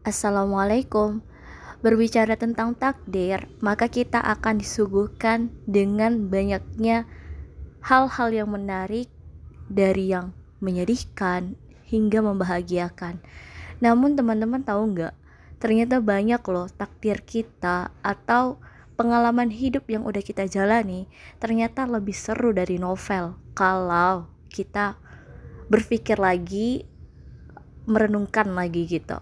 Assalamualaikum. Berbicara tentang takdir, maka kita akan disuguhkan dengan banyaknya hal-hal yang menarik, dari yang menyedihkan hingga membahagiakan. Namun teman-teman tahu nggak? Ternyata banyak loh takdir kita atau pengalaman hidup yang udah kita jalani ternyata lebih seru dari novel kalau kita berpikir lagi, merenungkan lagi gitu.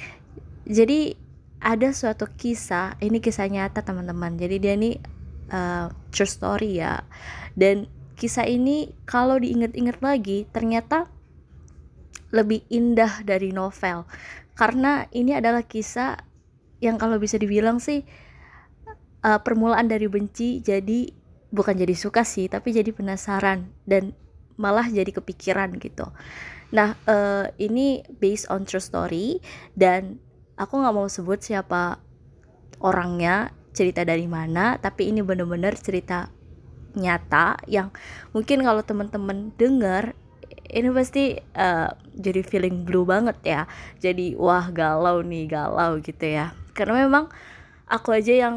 Jadi ada suatu kisah, ini kisah nyata teman-teman. Jadi dia ini true story ya. Dan kisah ini kalau diingat-ingat lagi ternyata lebih indah dari novel. Karena ini adalah kisah yang kalau bisa dibilang sih permulaan dari benci jadi bukan jadi suka sih, tapi jadi penasaran dan malah jadi kepikiran gitu. Nah, ini based on true story dan aku nggak mau sebut siapa orangnya, cerita dari mana, tapi ini benar-benar cerita nyata yang mungkin kalau teman-teman dengar ini pasti jadi feeling blue banget ya. Jadi wah galau nih, galau gitu ya. Karena memang aku aja yang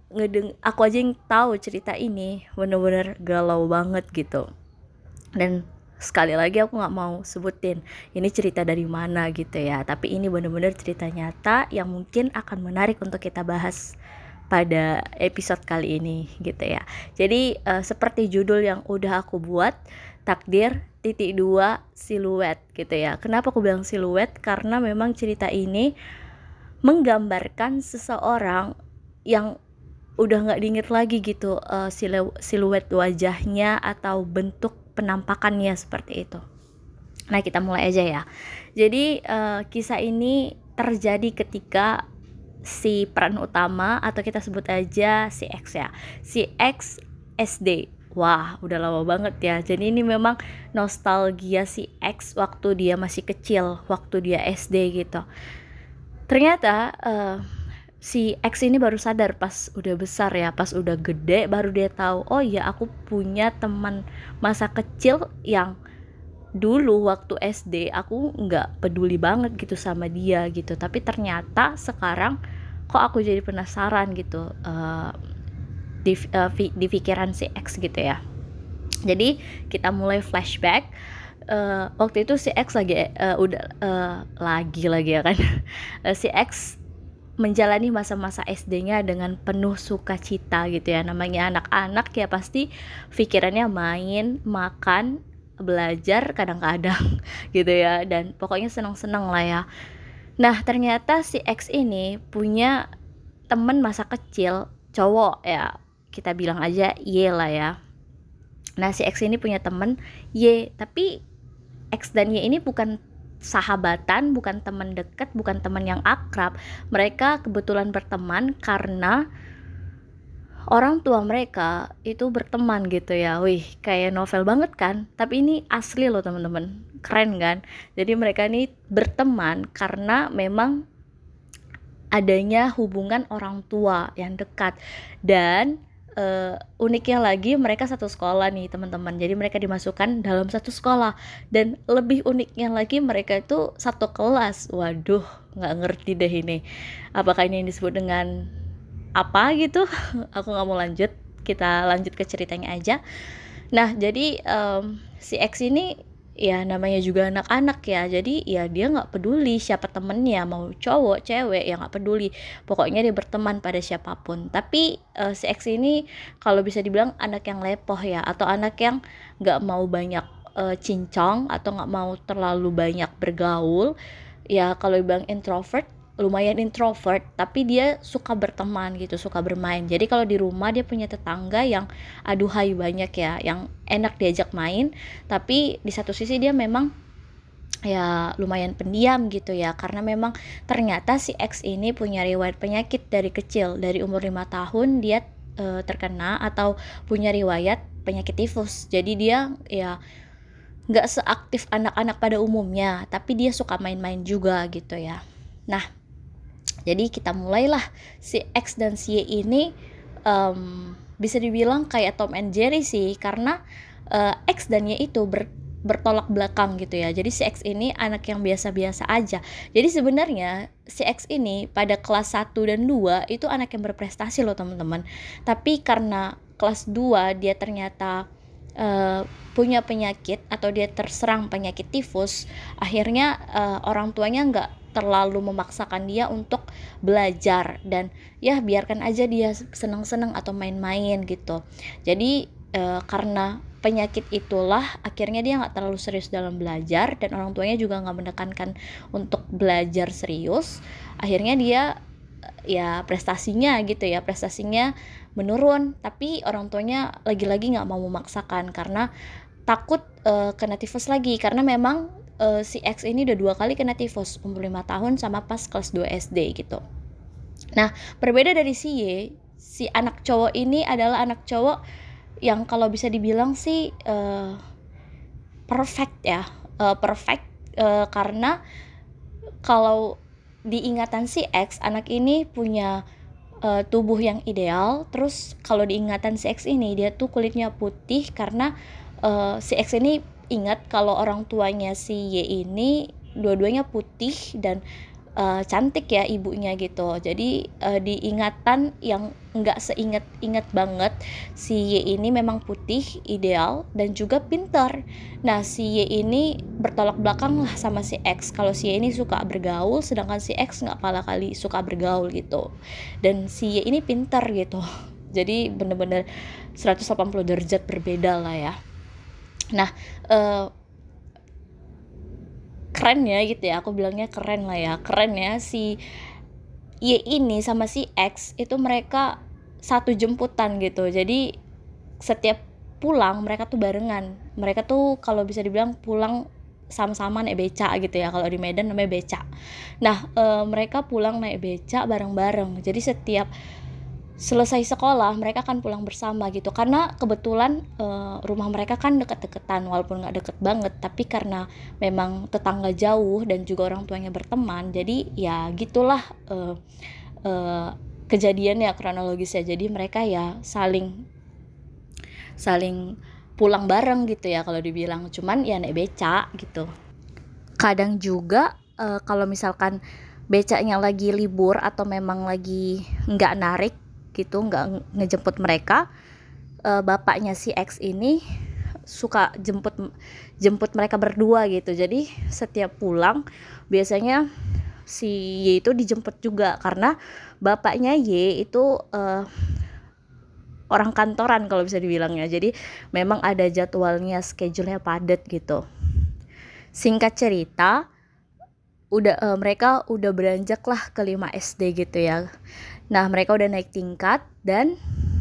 aku aja yang tahu cerita ini benar-benar galau banget gitu. Dan sekali lagi aku nggak mau sebutin ini cerita dari mana gitu ya, tapi ini benar-benar cerita nyata yang mungkin akan menarik untuk kita bahas pada episode kali ini gitu ya. Jadi seperti judul yang udah aku buat, takdir titik dua siluet gitu ya. Kenapa aku bilang siluet? Karena memang cerita ini menggambarkan seseorang yang udah nggak diinget lagi gitu siluet wajahnya atau bentuk penampakannya seperti itu. Nah, kita mulai aja ya. Jadi kisah ini terjadi ketika si peran utama atau kita sebut aja si X ya. Si X SD. Wah, udah lama banget ya. Jadi ini memang nostalgia si X waktu dia masih kecil, waktu dia SD gitu. Ternyata si X ini baru sadar pas udah besar ya, pas udah gede baru dia tahu, oh ya aku punya teman masa kecil yang dulu waktu SD aku nggak peduli banget gitu sama dia gitu, tapi ternyata sekarang kok aku jadi penasaran gitu di pikiran si X gitu ya. Jadi kita mulai flashback. Waktu itu si X lagi lagi ya kan. Si X menjalani masa-masa SD-nya dengan penuh sukacita gitu ya. Namanya anak-anak ya pasti pikirannya main, makan, belajar kadang-kadang gitu ya, dan pokoknya senang-senang lah ya. Nah, ternyata si X ini punya temen masa kecil cowok ya, kita bilang aja Y lah ya. Nah, si X ini punya temen Y, tapi X dan Y ini bukan sahabatan, bukan teman dekat, bukan teman yang akrab. Mereka kebetulan berteman karena orang tua mereka itu berteman gitu ya. Wih, kayak novel banget kan? Tapi ini asli loh teman-teman. Keren kan? Jadi mereka ini berteman karena memang adanya hubungan orang tua yang dekat. Dan uniknya lagi mereka satu sekolah nih teman-teman. Jadi mereka dimasukkan dalam satu sekolah, dan lebih uniknya lagi mereka itu satu kelas. Waduh, nggak ngerti deh ini apakah ini yang disebut dengan apa gitu. Aku nggak mau lanjut, kita lanjut ke ceritanya aja. Nah, jadi si X ini ya namanya juga anak-anak ya, jadi ya dia nggak peduli siapa temennya, mau cowok cewek ya nggak peduli, pokoknya dia berteman pada siapapun. Tapi si X ini kalau bisa dibilang anak yang lepoh ya, atau anak yang nggak mau banyak cincong atau nggak mau terlalu banyak bergaul ya. Kalau dibilang introvert, lumayan introvert, tapi dia suka berteman gitu, suka bermain. Jadi kalau di rumah dia punya tetangga yang aduhai banyak ya, yang enak diajak main. Tapi di satu sisi dia memang ya lumayan pendiam gitu ya, karena memang ternyata si X ini punya riwayat penyakit dari kecil. Dari umur 5 tahun dia terkena atau punya riwayat penyakit tifus. Jadi dia ya nggak seaktif anak-anak pada umumnya, tapi dia suka main-main juga gitu ya. Nah, jadi kita mulailah si X dan si Y ini bisa dibilang kayak Tom and Jerry sih, karena X dan Y itu bertolak belakang gitu ya. Jadi si X ini anak yang biasa-biasa aja. Jadi sebenarnya si X ini pada kelas 1 dan 2 itu anak yang berprestasi loh teman-teman. Tapi karena kelas 2 dia ternyata punya penyakit atau dia terserang penyakit tifus, akhirnya orang tuanya nggak terlalu memaksakan dia untuk belajar dan ya biarkan aja dia senang-senang atau main-main gitu. Jadi karena penyakit itulah akhirnya dia nggak terlalu serius dalam belajar dan orang tuanya juga nggak menekankan untuk belajar serius. Akhirnya dia ya prestasinya menurun, tapi orang tuanya lagi-lagi nggak mau memaksakan karena takut kena tifus lagi, karena memang si X ini udah 2 kali kena tifus, umur 5 tahun sama pas kelas 2 SD gitu. Nah, berbeda dari si Y, si anak cowok ini adalah anak cowok yang kalau bisa dibilang sih perfect ya, karena kalau diingatan si X, anak ini punya tubuh yang ideal. Terus kalau diingatan si X ini, dia tuh kulitnya putih karena si X ini ingat kalau orang tuanya si Y ini dua-duanya putih dan cantik ya ibunya gitu. Jadi diingatan yang nggak seinget banget, si Y ini memang putih, ideal dan juga pintar. Nah si Y ini bertolak belakang lah sama si X. Kalau si Y ini suka bergaul, sedangkan si X nggak pala kali suka bergaul gitu. Dan si Y ini pintar gitu. Jadi bener-bener 180 derajat berbeda lah ya. Nah keren ya gitu ya, aku bilangnya keren lah ya, keren ya si Y ini sama si X itu mereka satu jemputan gitu. Jadi setiap pulang mereka tuh barengan, mereka tuh kalau bisa dibilang pulang sama-sama naik beca gitu ya, kalau di Medan namanya beca. Nah mereka pulang naik beca bareng-bareng, jadi setiap selesai sekolah mereka akan pulang bersama gitu, karena kebetulan rumah mereka kan deket-deketan, walaupun nggak deket banget, tapi karena memang tetangga jauh dan juga orang tuanya berteman, jadi ya gitulah kejadiannya kronologisnya. Jadi mereka ya saling pulang bareng gitu ya kalau dibilang, cuman ya naik beca gitu. Kadang juga kalau misalkan becanya lagi libur atau memang lagi nggak narik gitu, nggak ngejemput mereka, bapaknya si X ini suka jemput mereka berdua gitu. Jadi setiap pulang biasanya si Y itu dijemput juga, karena bapaknya Y itu orang kantoran kalau bisa dibilangnya. Jadi memang ada jadwalnya, schedule-nya padat gitu. Singkat cerita, mereka udah beranjak lah ke 5 SD gitu ya. Nah mereka udah naik tingkat dan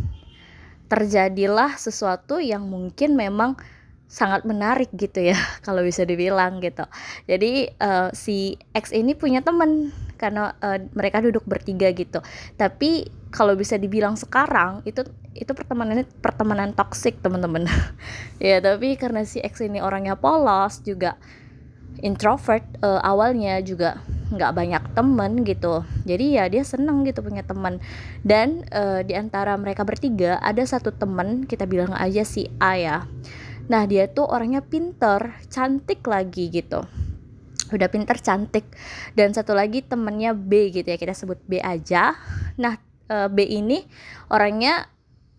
terjadilah sesuatu yang mungkin memang sangat menarik gitu ya kalau bisa dibilang gitu. Jadi si X ini punya teman karena mereka duduk bertiga gitu. Tapi kalau bisa dibilang sekarang itu pertemanan toksik teman-teman. Ya tapi karena si X ini orangnya polos, juga introvert, awalnya juga nggak banyak temen gitu, jadi ya dia seneng gitu punya teman. Dan di antara mereka bertiga ada satu temen, kita bilang aja si A ya. Nah dia tuh orangnya pinter, cantik lagi gitu, udah pinter cantik. Dan satu lagi temennya B gitu ya, kita sebut B aja. Nah B ini orangnya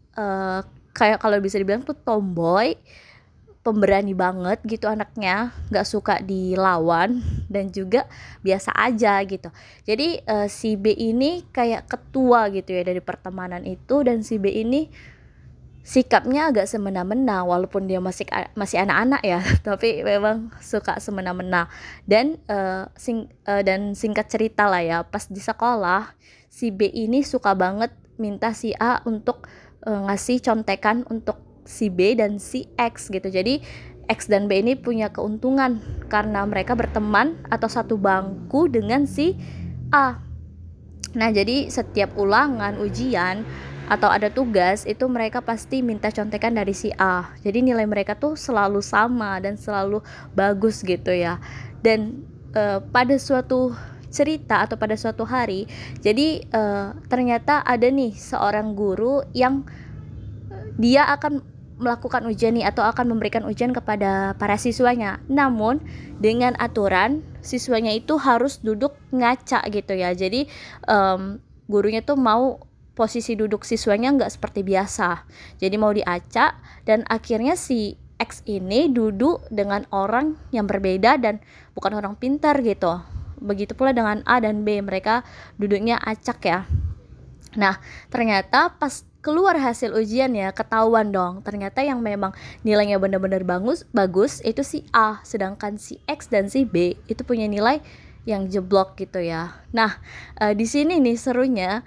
kayak kalau bisa dibilang tuh tomboy, pemberani banget gitu anaknya, nggak suka dilawan dan juga biasa aja gitu. Jadi si B ini kayak ketua gitu ya dari pertemanan itu, dan si B ini sikapnya agak semena-mena walaupun dia masih anak-anak ya, tapi memang suka semena-mena. Dan singkat cerita lah ya, pas di sekolah si B ini suka banget minta si A untuk ngasih contekan untuk si B dan si X gitu. Jadi X dan B ini punya keuntungan karena mereka berteman atau satu bangku dengan si A. Nah jadi setiap ulangan, ujian atau ada tugas itu mereka pasti minta contekan dari si A. Jadi nilai mereka tuh selalu sama dan selalu bagus gitu ya. Dan pada suatu cerita atau pada suatu hari, jadi ternyata ada nih seorang guru yang dia akan melakukan ujian nih atau akan memberikan ujian kepada para siswanya. Namun dengan aturan siswanya itu harus duduk ngaca gitu ya. Jadi gurunya tuh mau posisi duduk siswanya nggak seperti biasa. Jadi mau diacak, dan akhirnya si X ini duduk dengan orang yang berbeda dan bukan orang pintar gitu. Begitu pula dengan A dan B, mereka duduknya acak ya. Nah, ternyata pas keluar hasil ujian ya, ketahuan dong. Ternyata yang memang nilainya benar-benar bagus itu si A, sedangkan si X dan si B itu punya nilai yang jeblok gitu ya. Nah, di sini nih serunya,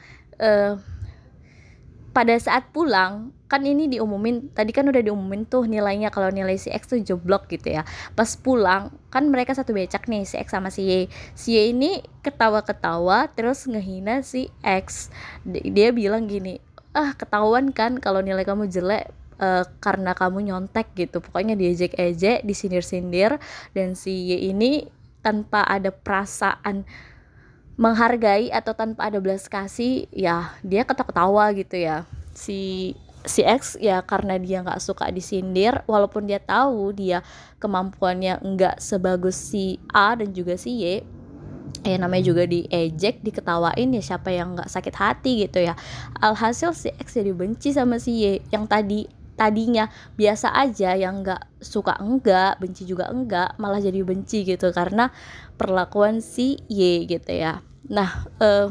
pada saat pulang kan ini diumumin, tadi kan udah diumumin tuh nilainya kalau nilai si X tuh jeblok gitu ya. Pas pulang kan mereka satu becak nih, si X sama si Y. Si Y ini ketawa-ketawa terus ngehina si X. Dia bilang gini, ketahuan kan kalau nilai kamu jelek karena kamu nyontek gitu. Pokoknya diejek-ejek, disindir-sindir, dan si Y ini tanpa ada perasaan menghargai atau tanpa ada belas kasih ya, dia ketawa gitu ya. Si X ya karena dia nggak suka disindir, walaupun dia tahu dia kemampuannya nggak sebagus si A dan juga si Y, namanya juga diejek, diketawain, ya siapa yang nggak sakit hati gitu ya. Alhasil si X jadi benci sama si Y yang tadinya biasa aja, yang nggak suka enggak, benci juga enggak, malah jadi benci gitu karena perlakuan si Y gitu ya. Nah,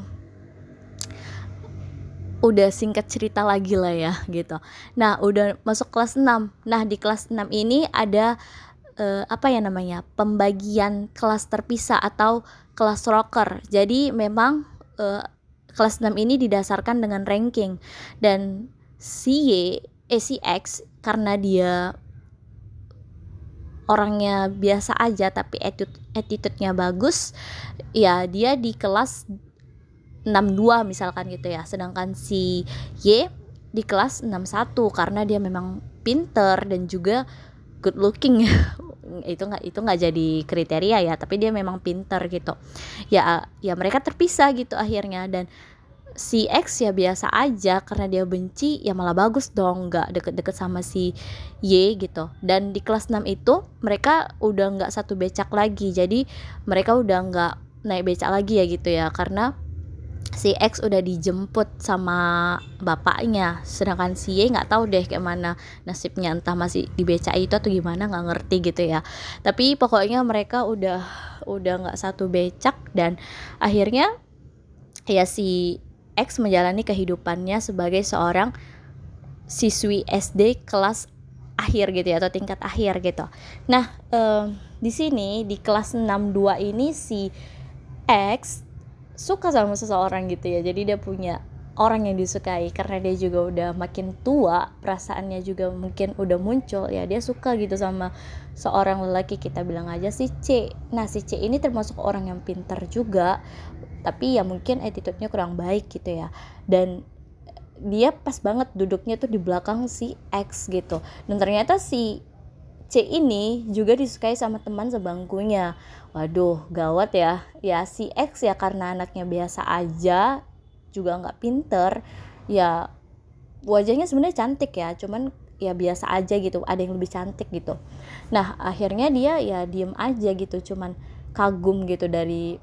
udah singkat cerita lagi lah ya gitu. Nah, udah masuk kelas 6. Nah, di kelas 6 ini ada pembagian kelas terpisah atau kelas rocker. Jadi memang kelas 6 ini didasarkan dengan ranking, dan si X karena dia orangnya biasa aja tapi attitude-nya bagus ya, dia di kelas 62 misalkan gitu ya. Sedangkan si Y di kelas 61 karena dia memang pinter dan juga good looking. itu nggak jadi kriteria ya, tapi dia memang pinter gitu ya. Mereka terpisah gitu akhirnya, dan si X ya biasa aja karena dia benci, ya malah bagus dong, nggak deket-deket sama si Y gitu. Dan di kelas 6 itu mereka udah nggak satu becak lagi, jadi mereka udah nggak naik becak lagi ya gitu ya, karena si X udah dijemput sama bapaknya, sedangkan si Y nggak tahu deh kayak mana nasibnya, entah masih di becak itu atau gimana, nggak ngerti gitu ya. Tapi pokoknya mereka udah nggak satu becak, dan akhirnya ya si X menjalani kehidupannya sebagai seorang siswi SD kelas akhir gitu ya, atau tingkat akhir gitu. Nah, di sini di kelas 62 ini si X suka sama seseorang gitu ya. Jadi dia punya orang yang disukai karena dia juga udah makin tua, perasaannya juga mungkin udah muncul ya, dia suka gitu sama seorang lelaki, kita bilang aja si C. Nah, si C ini termasuk orang yang pintar juga, tapi ya mungkin attitude-nya kurang baik gitu ya. Dan dia pas banget duduknya tuh di belakang si X gitu. Dan ternyata si C ini juga disukai sama teman sebangkunya. Waduh, gawat ya. Ya si X ya karena anaknya biasa aja, juga nggak pinter, ya wajahnya sebenarnya cantik ya, cuman ya biasa aja gitu, ada yang lebih cantik gitu. Nah, akhirnya dia ya diem aja gitu, cuman kagum gitu dari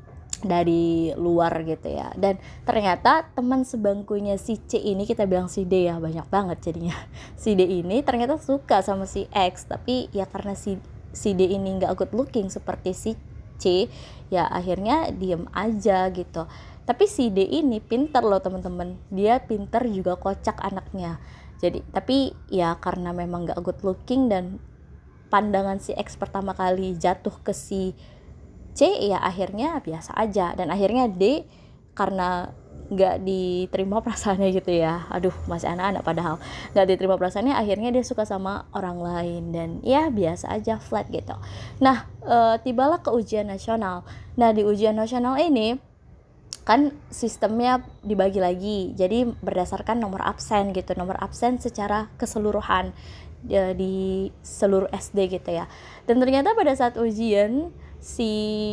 luar gitu ya. Dan ternyata teman sebangkunya si C ini, kita bilang si D ya, banyak banget jadinya. Si D ini ternyata suka sama si X, tapi ya karena si D ini nggak good looking seperti si C, ya akhirnya diem aja gitu. Tapi si D ini pinter loh teman-teman, dia pinter juga kocak anaknya. Jadi tapi ya karena memang nggak good looking, dan pandangan si X pertama kali jatuh ke si C, ya akhirnya biasa aja. Dan akhirnya D karena nggak diterima perasaannya gitu ya, aduh masih anak-anak padahal nggak diterima perasaannya, akhirnya dia suka sama orang lain, dan ya biasa aja, flat gitu. Nah, tibalah ke ujian nasional. Nah, di ujian nasional ini kan sistemnya dibagi lagi, jadi berdasarkan nomor absen gitu, nomor absen secara keseluruhan di seluruh SD gitu ya. Dan ternyata pada saat ujian si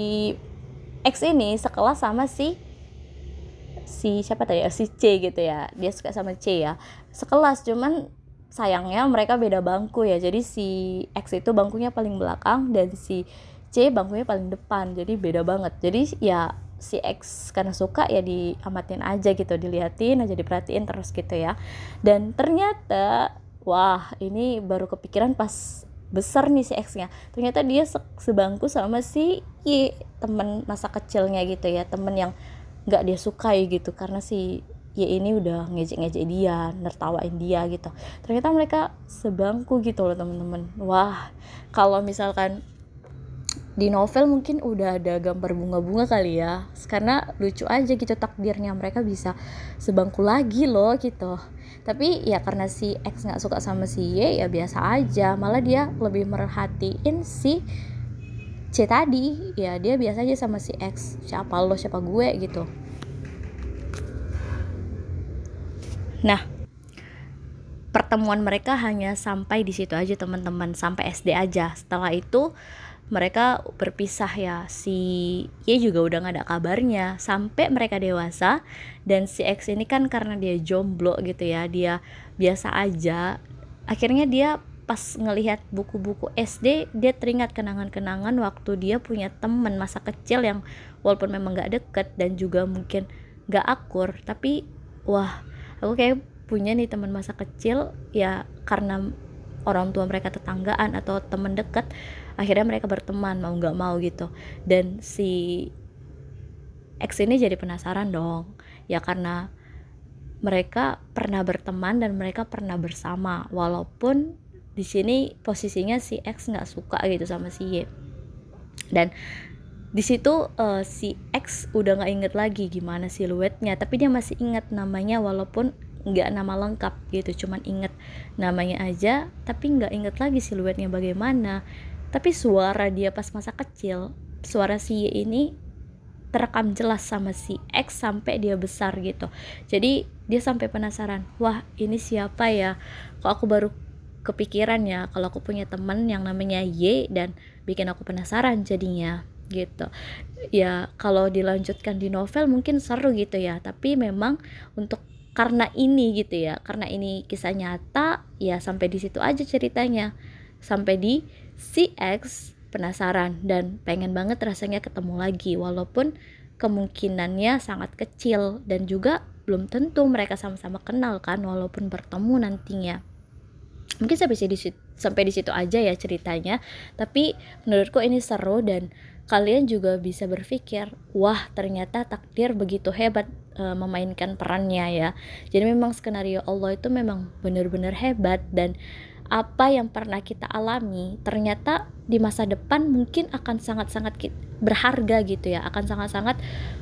X ini sekelas sama si siapa tadi ya, si C gitu ya, dia suka sama C ya, sekelas, cuman sayangnya mereka beda bangku ya, jadi si X itu bangkunya paling belakang dan si C bangkunya paling depan, jadi beda banget. Jadi ya si X karena suka ya diamatin aja gitu, diliatin aja, diperhatiin terus gitu ya. Dan ternyata wah, ini baru kepikiran pas besar nih si X-nya, ternyata dia sebangku sama si Y, temen masa kecilnya gitu ya, temen yang nggak dia sukai gitu, karena si Y ini udah ngejek-ngejek dia, nertawain dia gitu. Ternyata mereka sebangku gitu loh temen-temen. Wah, kalau misalkan di novel mungkin udah ada gambar bunga-bunga kali ya, karena lucu aja gitu takdirnya mereka bisa sebangku lagi loh gitu. Tapi ya karena si X nggak suka sama si Y ya biasa aja, malah dia lebih merhatiin si C tadi. Ya dia biasa aja sama si X, siapa lo siapa gue gitu. Nah, pertemuan mereka hanya sampai di situ aja teman-teman, sampai SD aja. Setelah itu mereka berpisah ya, si Y juga udah gak ada kabarnya sampai mereka dewasa. Dan si X ini kan karena dia jomblo gitu ya, dia biasa aja. Akhirnya dia pas ngelihat buku-buku SD, dia teringat kenangan-kenangan waktu dia punya teman masa kecil yang walaupun memang gak deket dan juga mungkin gak akur, tapi wah, aku kayak punya nih teman masa kecil ya, karena orang tua mereka tetanggaan atau teman dekat, akhirnya mereka berteman mau nggak mau gitu. Dan si X ini jadi penasaran dong ya, karena mereka pernah berteman dan mereka pernah bersama, walaupun di sini posisinya si X nggak suka gitu sama si Y. Dan di situ si X udah nggak inget lagi gimana siluetnya, tapi dia masih ingat namanya walaupun nggak nama lengkap gitu, cuman inget namanya aja tapi nggak inget lagi siluetnya bagaimana. Tapi suara dia pas masa kecil, suara si Y ini terekam jelas sama si X sampai dia besar gitu. Jadi dia sampai penasaran, wah ini siapa ya, kok aku baru kepikiran ya kalau aku punya teman yang namanya Y, dan bikin aku penasaran jadinya gitu. Ya kalau dilanjutkan di novel mungkin seru gitu ya, tapi memang untuk karena ini gitu ya, karena ini kisah nyata ya, sampai di situ aja ceritanya. Sampai di si X penasaran dan pengen banget rasanya ketemu lagi, walaupun kemungkinannya sangat kecil dan juga belum tentu mereka sama-sama kenal kan walaupun bertemu nantinya. Mungkin sampai di situ aja ya ceritanya, tapi menurutku ini seru dan kalian juga bisa berpikir, wah ternyata takdir begitu hebat memainkan perannya ya. Jadi memang skenario Allah itu memang benar-benar hebat, dan apa yang pernah kita alami ternyata di masa depan mungkin akan sangat-sangat berharga gitu ya, akan sangat-sangat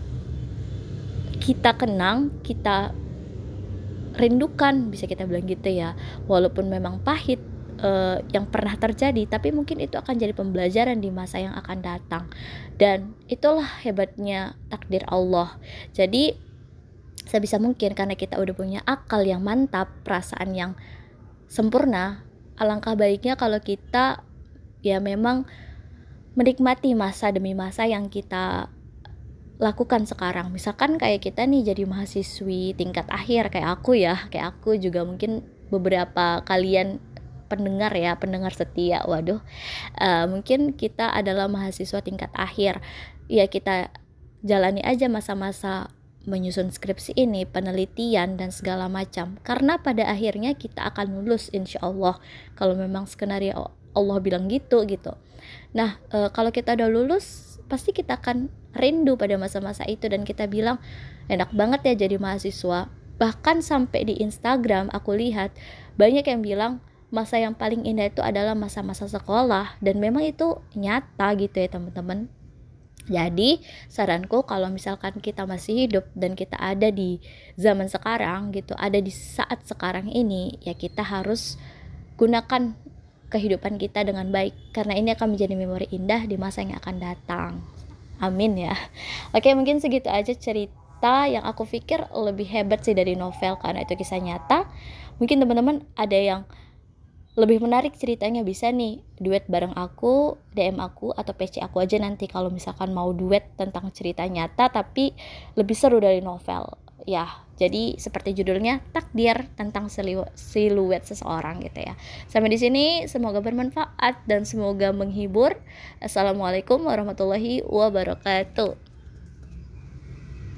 kita kenang, kita rindukan, bisa kita bilang gitu ya. Walaupun memang pahit yang pernah terjadi, tapi mungkin itu akan jadi pembelajaran di masa yang akan datang. Dan itulah hebatnya takdir Allah. Jadi sebisa mungkin karena kita udah punya akal yang mantap, perasaan yang sempurna, alangkah baiknya kalau kita ya memang menikmati masa demi masa yang kita lakukan sekarang. Misalkan kayak kita nih jadi mahasiswi tingkat akhir kayak aku ya, kayak aku juga mungkin beberapa kalian pendengar ya, pendengar setia, waduh, mungkin kita adalah mahasiswa tingkat akhir ya, kita jalani aja masa-masa menyusun skripsi ini, penelitian dan segala macam, karena pada akhirnya kita akan lulus insya Allah kalau memang skenario Allah bilang gitu. Nah kalau kita udah lulus pasti kita akan rindu pada masa-masa itu, dan kita bilang enak banget ya jadi mahasiswa. Bahkan sampai di Instagram aku lihat banyak yang bilang masa yang paling indah itu adalah masa-masa sekolah, dan memang itu nyata gitu ya teman-teman. Jadi saranku kalau misalkan kita masih hidup dan kita ada di zaman sekarang gitu, ada di saat sekarang ini, ya kita harus gunakan kehidupan kita dengan baik, karena ini akan menjadi memori indah di masa yang akan datang. Amin ya. Oke, mungkin segitu aja cerita yang aku pikir lebih hebat sih dari novel, karena itu kisah nyata. Mungkin teman-teman ada yang lebih menarik ceritanya, bisa nih duet bareng aku, DM aku atau PC aku aja nanti kalau misalkan mau duet tentang cerita nyata tapi lebih seru dari novel. Ya, jadi seperti judulnya, takdir tentang siluet seseorang gitu ya. Sampai di sini, semoga bermanfaat dan semoga menghibur. Assalamualaikum warahmatullahi wabarakatuh.